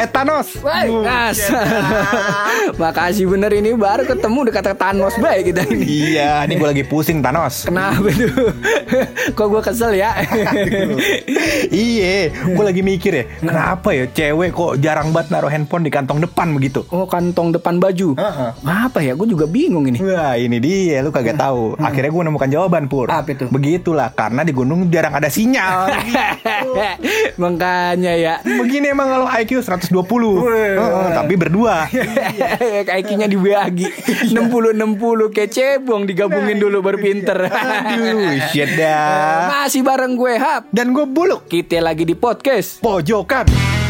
Thanos. Makasih bener ini baru ketemu udah kata Thanos baik kita ini. Iya, ini gue lagi pusing Thanos. Kenapa tuh? Kok gue kesel ya? Iya, gue lagi mikir ya, kenapa ya cewek kok jarang banget naruh handphone di kantong depan begitu? Oh, kantong depan baju. Apa ya? Gue juga bingung ini. Wah, ini dia, lu kagak tahu. Akhirnya gue nemukan jawaban, Pur. Apa itu? Begitulah, karena di gunung jarang ada sinyal. Makanya ya. Begini emang kalau IQ 120. Tapi berdua. IQ-nya dibagi 60-60 kayak cebong digabungin dulu baru pinter. Aduh, shit dah. Masih bareng gue Hap Dan gue Buluk. Kita lagi di podcast Pojokan.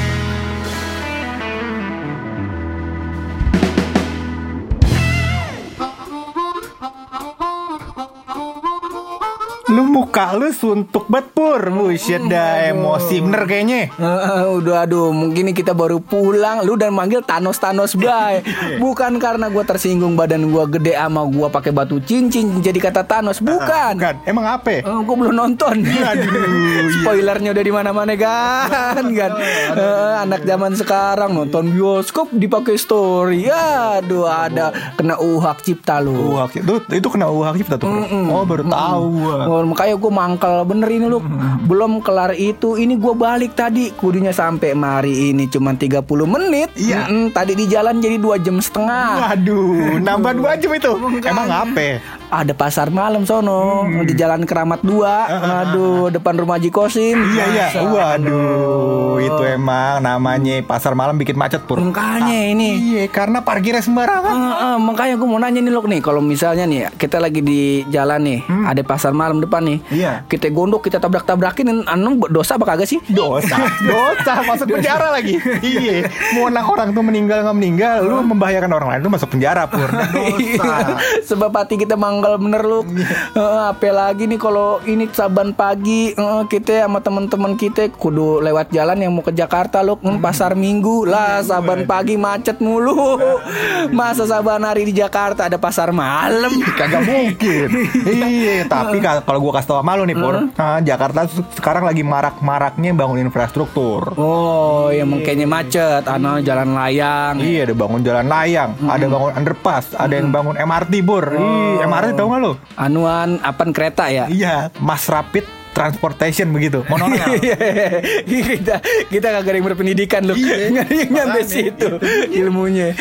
Lu muka lu suntuk banget, Pur. Buset dah, emosi bener kayaknya. Udah aduh, mungkin ini kita baru pulang. Lu dan manggil Thanos bay. Bukan karena gue tersinggung badan gue gede sama gue pakai batu cincin jadi kata Thanos, bukan. Bukan, emang apa? Gue belum nonton. Aduh, spoilernya udah di mana-mana kan. Anak zaman sekarang nonton bioskop dipakai story. Aduh, ada kena hak cipta lu. Itu kena hak cipta tuh. Oh, baru tahu. Makanya gue mangkal bener ini lu. Belum kelar itu, ini gue balik tadi. Kudunya sampai mari ini cuma 30 menit. Iya. Tadi di jalan jadi 2,5 jam. Waduh, nambah 2 jam itu. Emang apa? Ada pasar malam sono di Jalan Keramat 2. Aduh, depan rumah Haji Kosim. Iya. Waduh, itu emang namanya pasar malam bikin macet, Pur. Makanya ini. Iya, karena parkirnya sembarangan. Makanya gue mau nanya nih lo nih, kalau misalnya nih kita lagi di jalan nih, ada pasar malam depan nih. Iya. Kita gondok, kita tabrak-tabrakin, dosa apa kagak sih? Dosa masuk penjara lagi. Iya. Mau orang tuh meninggal nggak meninggal, lu membahayakan orang lain, lu masuk penjara, Pur. Dosa. Sebab hati kita manggal bener lu. Apalagi nih kalau ini Saban pagi kita sama teman-teman kita kudu lewat jalan yang mau ke Jakarta lu, pasar Minggu lah, Saban pagi macet mulu. Masa Saban hari di Jakarta ada pasar malam? Kagak mungkin. Iya, tapi kalau gua kasih tau sama lu nih, Pur, Jakarta sekarang lagi marak-maraknya bangun infrastruktur. Oh, yang makanya macet, jalan layang. Iya, ada bangun jalan layang, ada bangun underpass, ada yang bangun MRT, Pur. MRT tau gak lu? Apaan kereta ya? Iya, Mass Rapid Transportation begitu. Monorail. kita kagak ada yang berpendidikan loh. Nyampe situ ilmunya.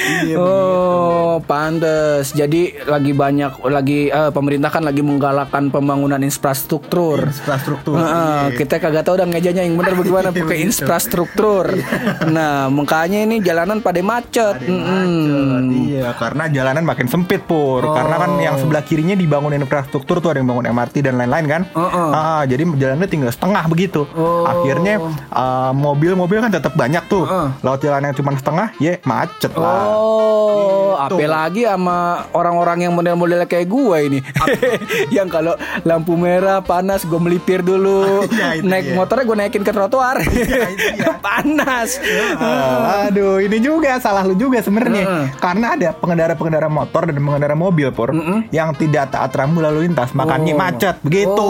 Pantes. Jadi pemerintah kan lagi menggalakkan pembangunan infrastruktur. Kita kagak tahu udah ngejanya yang benar bagaimana pakai infrastruktur. Nah, makanya ini jalanan pada macet. Iya, karena jalanan makin sempit, Pur. Karena kan yang sebelah kirinya dibangun infrastruktur tuh, ada yang bangun MRT dan lain-lain kan. Jadi jalannya tinggal setengah begitu. Akhirnya mobil-mobil kan tetap banyak tuh. Lewat jalan yang cuma setengah, macet lah. Apalagi sama orang-orang yang model-model kayak gue ini. Yang kalau lampu merah panas gue melipir dulu. Naik motornya gue naikin ke trotoar. Panas. Aduh, ini juga salah lu juga sebenarnya. Karena ada pengendara-pengendara motor dan pengendara mobil, Pur, yang tidak taat rambu lalu lintas, makanya macet begitu.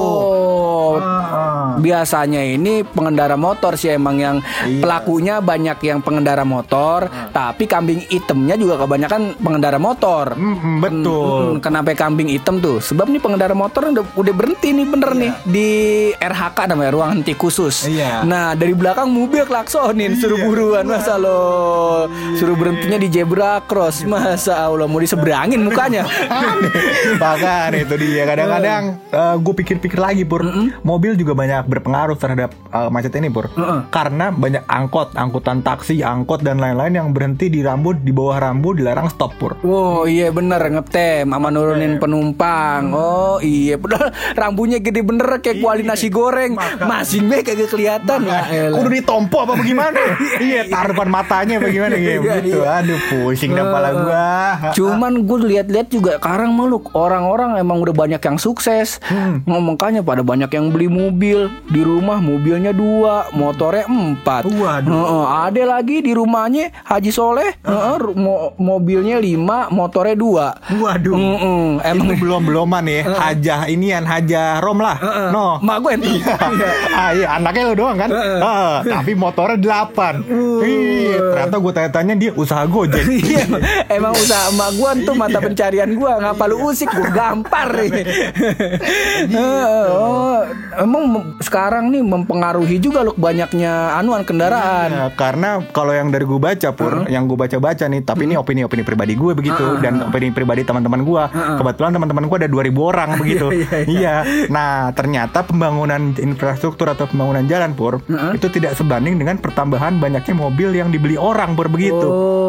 Biasanya ini pengendara motor sih emang yang pelakunya banyak yang pengendara motor, tapi kambing hitamnya juga kebanyakan pengendara motor. Betul. Kenapa kambing hitam tuh? Sebab nih pengendara motor udah berhenti nih bener nih di RHK namanya, ruang henti khusus. Nah, dari belakang mobil klaksonin suruh buruan, masa lo suruh berhentinya di zebra cross, masa Allah mau diseberangin mukanya. Bahkan itu dia kadang-kadang gue pikir-pikir lagi, Pur. Mobil juga banyak berpengaruh terhadap macet ini, Pur. Karena banyak angkutan taksi, angkot dan lain-lain yang berhenti di rambu, di bawah rambu dilarang stop, Pur. Oh iya bener, ngetem sama nurunin penumpang. Oh iya, padahal rambunya gede bener kayak kuali nasi goreng. Masing kagak kelihatan. Kudu ditompo apa bagaimana? Iya, taruhan matanya bagaimana gitu. Aduh, pusing dah kepala gua. Cuman gue lihat-lihat juga sekarang meluk orang-orang emang udah banyak yang sukses. Makanya pada banyak yang beli beli mobil, di rumah mobilnya 2, motornya 4. Waduh. Ada lagi di rumahnya Haji Soleh, mobilnya 5, motornya 2. Waduh. Emang itu belum-beloman ya. Hajah Rom lah. No. mak gue ente. Iya, anaknya lo doang kan. Tapi motornya 8. Iya, ternyata gue tanya-tanya dia usaha Gojek. Iya, emang usaha emak gue tuh mata pencarian gue. Ngapa lu usik, gue gampar. Emang sekarang nih mempengaruhi juga loh banyaknya kendaraan. Iya, karena kalau yang dari gue baca Pur, yang gue baca nih, tapi ini opini pribadi gue begitu, dan opini pribadi teman-teman gue. Kebetulan teman-teman gue ada 2.000 orang begitu. Iya. Nah, ternyata pembangunan infrastruktur atau pembangunan jalan Pur itu tidak sebanding dengan pertambahan banyaknya mobil yang dibeli orang Pur begitu.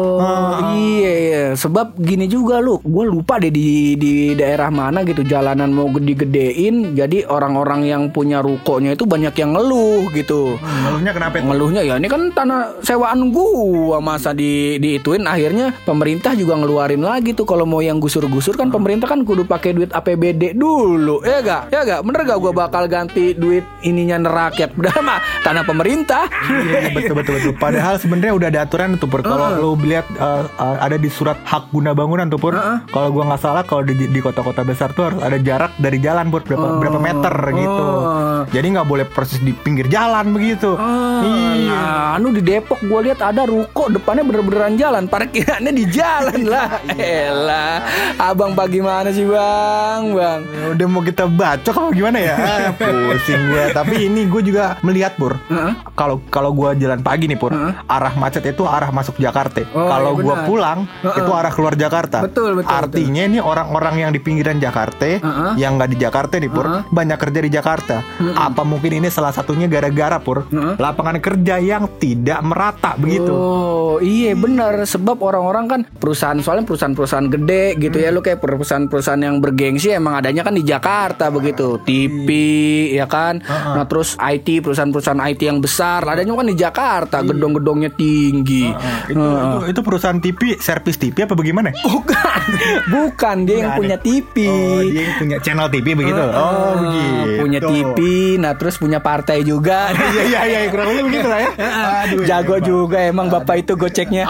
Iya. Sebab gini juga lu, gue lupa deh di daerah mana gitu jalanan mau digedein, jadi orang-orang yang punya rukonya itu banyak yang ngeluh gitu. Ngeluhnya kenapa itu? Ngeluhnya ya ini kan tanah sewaan gua, masa diituin. Akhirnya pemerintah juga ngeluarin lagi tuh kalau mau yang gusur-gusur kan pemerintah kan kudu pakai duit APBD dulu. Ya gak? Bener gak gua bakal ganti duit ininya nerakyat? Udah mah tanah pemerintah. Iya, betul. Padahal sebenarnya udah ada aturan tuh Pur. Kalau lo lihat ada di surat hak guna bangunan tuh Pur. Kalau gua nggak salah kalau di kota-kota besar tuh harus ada jarak dari jalan Pur berapa meter gitu. Jadi nggak boleh persis di pinggir jalan begitu. Nah, di Depok gue lihat ada ruko depannya bener-beneran jalan, parkirannya di jalan lah. Elah, abang bagaimana sih bang? Udah mau kita bacok apa gimana ya? Pusing gue. Tapi ini gue juga melihat Pur. Kalau gue jalan pagi nih Pur, arah macet itu arah masuk Jakarta. Kalau gue pulang itu arah keluar Jakarta. Betul. Artinya ini orang-orang yang di pinggiran Jakarta, yang nggak di Jakarta nih Pur, banyak kerja di Jakarta. Apa mungkin ini salah satunya gara-gara Pur lapangan kerja yang tidak merata begitu. Oh iya benar. Sebab orang-orang kan soalnya perusahaan gede gitu ya. Lu kayak perusahaan-perusahaan yang bergengsi emang adanya kan di Jakarta begitu. TV ya kan. Nah terus IT, perusahaan-perusahaan IT yang besar adanya kan di Jakarta. Gedung-gedungnya tinggi. Itu perusahaan TV, servis TV apa bagaimana? Bukan dia yang punya TV. Dia yang punya channel TV begitu. Begitu. Punya TV, nah terus punya partai juga. Iya, kurang lebih begitu lah ya. Aduh, jago juga emang bapak itu goceknya.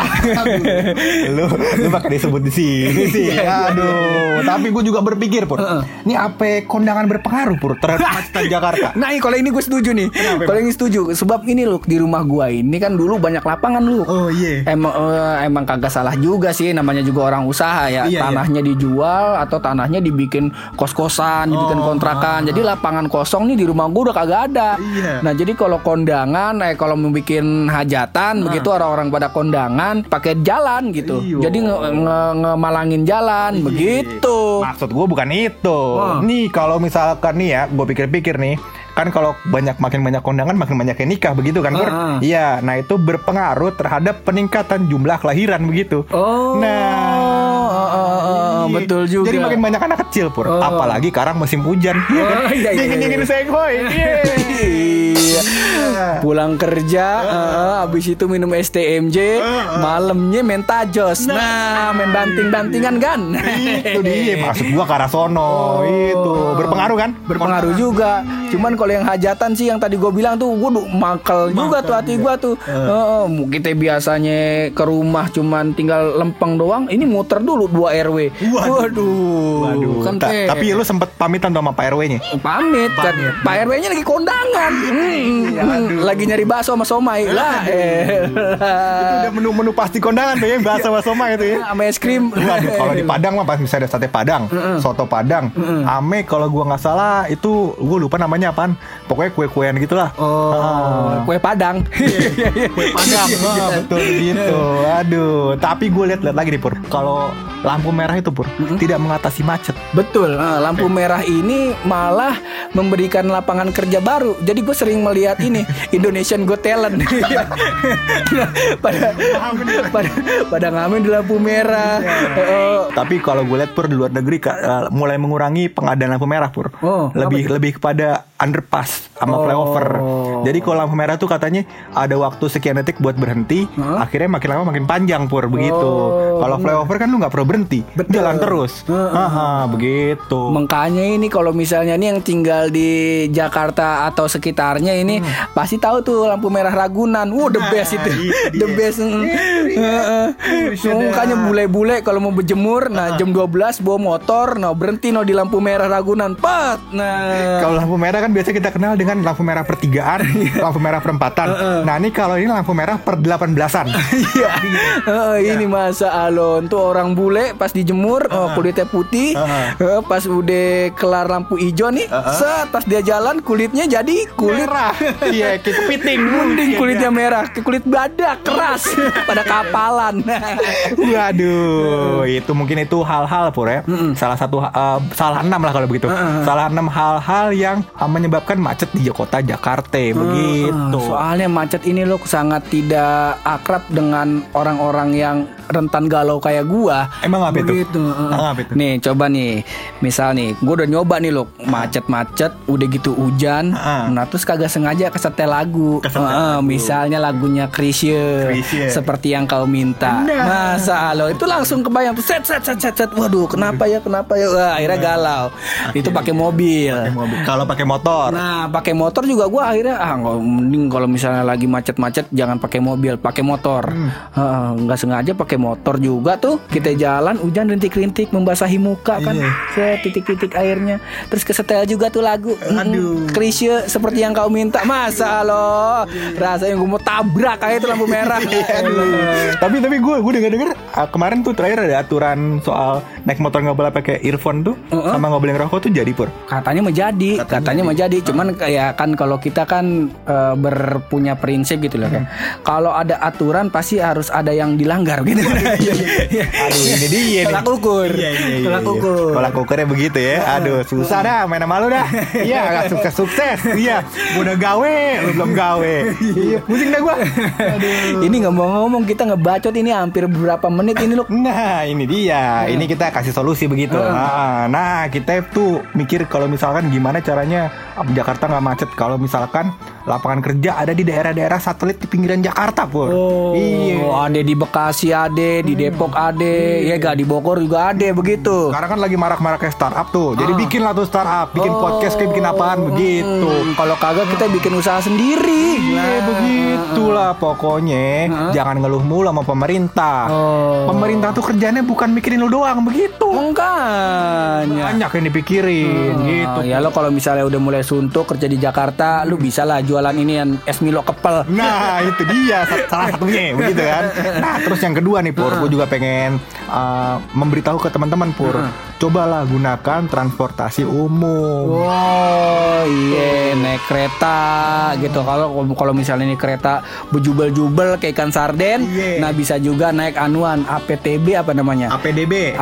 Lu bakal disebut di sini sih. Aduh, tapi gue juga berpikir Pur. Ini apa kondangan berpengaruh Pur terhadap kemacetan Jakarta? Nah, kalau ini gue setuju nih. Kalau ini setuju, sebab ini loh di rumah gue ini kan dulu banyak lapangan lu. Oh iya. Emang kagak salah juga sih, namanya juga orang usaha ya. Tanahnya dijual atau tanahnya dibikin kos-kosan, dibikin kontrakan. Jadi lapangan kosong nih di rumah gue udah kagak ada. Nah, jadi kalau kondangan, kalau mau bikin hajatan begitu orang-orang pada kondangan pakai jalan gitu. Jadi ngemalangin jalan begitu. Maksud gue bukan itu. Nih kalau misalkan nih ya, gue pikir-pikir nih, kan kalau makin banyak kondangan makin banyak yang nikah begitu kan Pur? Iya, nah itu berpengaruh terhadap peningkatan jumlah kelahiran begitu. Betul juga. Jadi makin banyak anak kecil Pur. Apalagi sekarang musim hujan. Dingin-dingin segboy. Pulang kerja, abis itu minum STMJ, malamnya main tajos. Nah, main banting-bantingan kan? Itu dia. Maksud gua ke arah sono. Itu berpengaruh kan? Berpengaruh juga. Cuman kalau yang hajatan sih yang tadi gue bilang tuh, gue makel juga tuh hati gue tuh. Kita biasanya ke rumah cuman tinggal lempeng doang, ini muter dulu 2 RW. Waduh. Kan tapi lu sempet pamitan sama Pak RW-nya? Pamit kan. Pak RW-nya lagi kondangan. Lagi nyari bakso sama somai lah. Itu udah menu-menu pasti kondangan tuh ya, bakso sama somai itu ya. Sama es krim. Waduh, kalau di Padang mah pas misalnya ada sate Padang, soto Padang, ame kalau gua nggak salah itu gua lupa namanya apaan. Pokoknya kue-kuean gitulah. Kue Padang. Kue Padang. Betul gitu. Aduh, tapi gue lihat lagi nih Pur. Kalau lampu merah itu Pur tidak mengatasi macet. Betul. Lampu merah ini malah memberikan lapangan kerja baru. Jadi gue sering melihat ini Indonesian Got Talent. pada ngamen di lampu merah. Tapi kalau gue lihat Pur di luar negeri mulai mengurangi pengadaan lampu merah Pur. Lebih kepada underpass sama flyover. Jadi kalau lampu merah tuh katanya ada waktu sekian detik buat berhenti, akhirnya makin lama makin panjang Pur, begitu. Kalau flyover kan lu nggak perlu berhenti, jalan terus. Begitu. Makanya ini kalau misalnya nih yang tinggal di Jakarta atau sekitarnya ini pasti tahu tuh lampu merah Ragunan. The best itu. The best. Makanya bule-bule kalau mau berjemur, nah jam 12 bawa motor, nah berhenti di lampu merah Ragunan. Pat. Nah, kalau lampu merah kan biasa kita kenal dengan lampu merah pertigaan, lampu merah perempatan. Nah, ini kalau ini lampu merah per 18-an. Iya. Ini masa Alon tuh orang bule pas dijemur kulitnya putih, pas udah kelar lampu hijau nih, set pas dia jalan kulitnya jadi kulit merah. Iya, kayak kepiting. Mending kulitnya merah, kayak kulit badak keras pada kapalan. Waduh, itu mungkin itu hal-hal Pur ya. Salah satu salah 6 lah kalau begitu. Salah 6 hal-hal yang menyebabkan macet di kota Jakarta begitu. Soalnya macet ini loh sangat tidak akrab dengan orang-orang yang rentan galau kayak gua. Emang apa itu? Nih coba nih, misal nih, gua udah nyoba nih loh macet-macet, udah gitu hujan, nah terus kagak sengaja kesetel lagu. Misalnya lagunya Chrisye, seperti yang kau minta. Masa lo itu langsung kebayang tuh set. Waduh, kenapa ya? Wah, akhirnya galau. Itu pakai mobil. Kalau pakai motor. Nah, pakai motor juga gua akhirnya mending kalau misalnya lagi macet-macet jangan pakai mobil, pakai motor. Nggak sengaja pakai motor juga tuh. Kita jalan hujan rintik-rintik membasahi muka kan. Titik-titik airnya. Terus kesetel juga tuh lagu. Chrisye seperti yang kau minta. Masa lo rasanya gue mau tabrak kayak itu lampu merah. Tapi gue dengar kemarin tuh terakhir ada aturan soal naik motor nggak boleh pakai earphone tuh, sama nggak boleh ngerokok tuh jadi Pur. Katanya mau jadi. Cuman kayak kan kalau kita kan berpunya prinsip gitu loh kan. Kalau ada aturan pasti harus ada yang dilanggar gitu. Aduh, ini dia nih. Tolak ukurnya begitu ya. Aduh, susah dah main sama lu dah. Iya, gak sukses. Iya, gue udah gawe, lu belum gawe. Iya, pusing dah gue. Ini ngomong-ngomong kita ngebacot ini hampir berapa menit ini loh. Nah, ini dia. Ini kita kasih solusi begitu. Nah, kita tuh mikir kalau misalkan gimana caranya Jakarta nggak macet. Kalau misalkan lapangan kerja ada di daerah-daerah satelit di pinggiran Jakarta Pur. Ada di Bekasi, ada di Depok, ada ya gak di Bogor juga ada begitu. Karena kan lagi marak-maraknya startup tuh. Jadi bikinlah tuh startup, bikin podcast kayak bikin apaan begitu. Kalau kagak kita bikin usaha sendiri. Begitulah pokoknya. Jangan ngeluh mulu sama pemerintah. Pemerintah tuh kerjanya bukan mikirin lu doang begitu. Banyak yang dipikirin gitu. Ya lo kalau misalnya udah mulai suntuk kerja di Jakarta, lu bisa lah jualan ini yang es Milo kepel. Nah, itu dia salah satunya begitu kan. Nah, terus yang kedua nih Pur, gue juga pengen memberitahu ke teman-teman Pur, cobalah gunakan transportasi umum. Naik kereta gitu. Kalau misalnya ini kereta bejubel-jubel kayak ikan sarden, nah bisa juga naik anuan APTB apa namanya? APTB.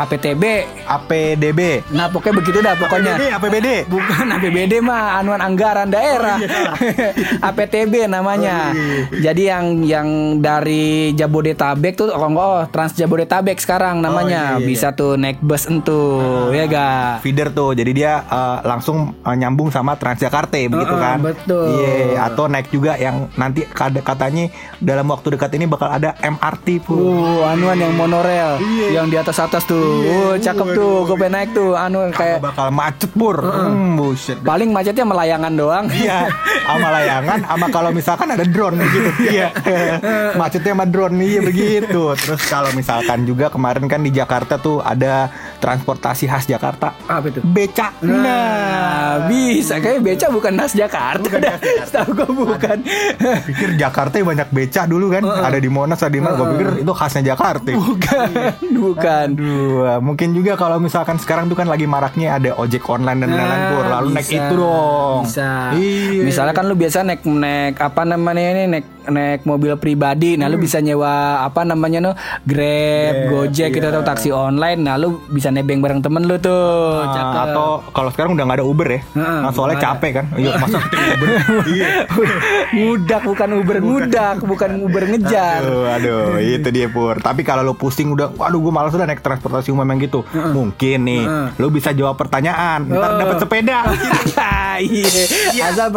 Nah, pokoknya begitu dah pokoknya. APBD. Bukan APBD mah anuan anggaran daerah. APTB namanya. Jadi yang dari Jabodetabek tuh Trans Jabodetabek sekarang namanya. Bisa tuh naik bus entuh, ya ga? Feeder tuh. Jadi dia langsung nyambung sama Transjakarta begitu kan? Betul. Atau naik juga yang nanti katanya dalam waktu dekat ini bakal ada MRT Pur. Anuan yang monorail yang di atas tuh. Cakep tuh. Gue pengen naik tuh kayak bakal macet Pur. Buset. Paling macetnya melayangan doang. Iya, sama layangan sama kalau misalkan ada drone gitu. Iya. Macetnya sama drone begitu. Terus kalau misalkan juga kemarin kan di Jakarta tuh ada transportasi khas Jakarta. Apa itu? Beca. Nah, bisa kayak beca bukan khas Jakarta. Tahu gue bukan. Pikir Jakarta banyak beca dulu kan. Ada di Monas, ada di mana. Gue pikir itu khasnya Jakarta. Bukan. Aduh, mungkin juga kalau misalkan sekarang tuh kan lagi maraknya ada ojek online dan lain-lain Pur. Lalu naik itu dong. Bisa. Misalnya kan lu biasa naik apa namanya ini naik mobil pribadi. Nah, lu bisa nyewa apa namanya Grab, Gojek gitu atau taksi online. Nah, lu bisa nebeng bareng temen lu tuh. Atau kalau sekarang udah nggak ada Uber ya. Soalnya capek kan. Masa Uber. Ngudak bukan Uber ngudak, bukan Uber ngejar. Aduh, itu dia Pur. Tapi kalau lu pusing udah, waduh gue malas udah naik transportasi umum yang gitu. Mungkin nih lu bisa jawab pertanyaan, ntar dapat sepeda. Asal pertanyaan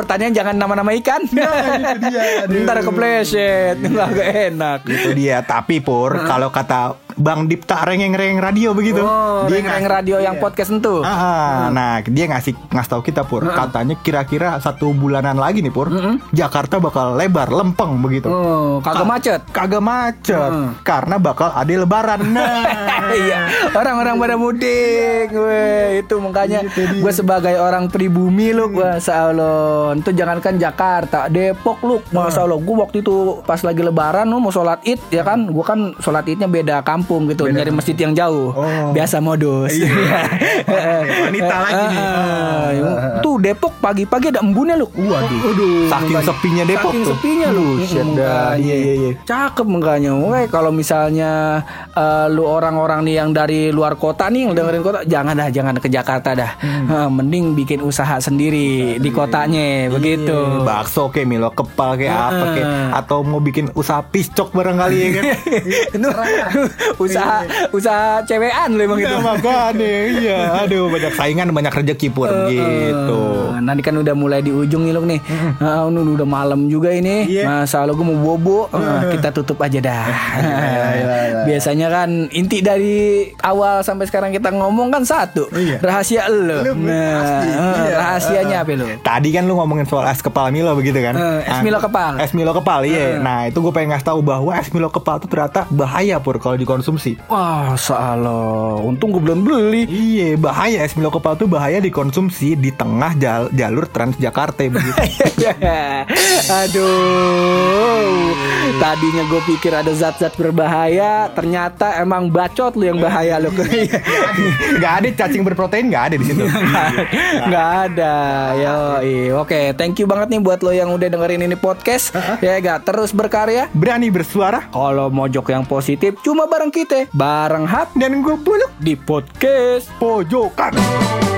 jangan nama-nama ikan. Itu dia. Ntar kepleset, nggak enak. Itu dia. Tapi Pur, kalau kata Bang Dipta Rengeng Radio begitu. Dia Rengeng Radio yang podcast itu. Nah, dia ngasih tahu kita Pur. Katanya kira-kira 1 bulanan lagi nih Pur, Jakarta bakal lebar lempeng begitu. Kagak macet. Kagak macet. Karena bakal ada lebaran. Nah, iya. Orang-orang pada mudik. Itu makanya gue sebagai orang pribumi lu, Masya Allah. Itu jangankan Jakarta, Depok lu, Masya Allah. Gue waktu itu pas lagi lebaran lu mau sholat Id ya kan. Gue kan sholat Idnya beda kampung gitu, nyari masjid yang jauh. Biasa modus. Wanita lagi nih. Tuh Depok pagi-pagi ada embunnya lu. Waduh. Saking sepinya Depok saking tuh. Sepinya lu. Iya. Cakep makanya. Oke, kalau misalnya lu orang-orang nih yang dari luar kota nih yang dengerin kota, jangan ke Jakarta dah. Mending bikin usaha sendiri di kotanya begitu. Bakso kayak Milo kepal kayak apa kayak, atau mau bikin usaha piscok barangkali ya kan. usaha cewekan lu emang gitu. Makanya iya. Aduh, banyak saingan, banyak rezeki Pur gitu. Nanti kan udah mulai di ujung nih lu nih. Udah malam juga ini. Masa lu gue mau bobo. Kita tutup aja dah. Biasanya kan inti dari awal sampai sekarang kita ngomong kan satu. Rahasia lu. Rahasianya apa lu? Tadi kan lu ngomongin soal es kepal Milo begitu kan? Es Milo kepal. Es Milo kepal, iya. Nah, itu gue pengen ngasih tahu bahwa es Milo kepal itu ternyata bahaya Pur kalau dikonsumsi. Wah, salah. Untung gue belum beli. Iya, bahaya. Es Milo kepal itu bahaya dikonsumsi di tengah jalur Transjakarta begitu. Aduh. Tadinya gue pikir ada zat-zat berbahaya, ternyata emang bacot lu yang bahaya lu. Gak ada cacing berprotein, gak ada di situ. Gak ada. Oke, thank you banget nih buat lo yang udah dengerin ini podcast. Ya gak, terus berkarya, berani bersuara. Kalau mojok yang positif cuma bareng kita, bareng Hap dan gue Buluk di podcast Pojokan.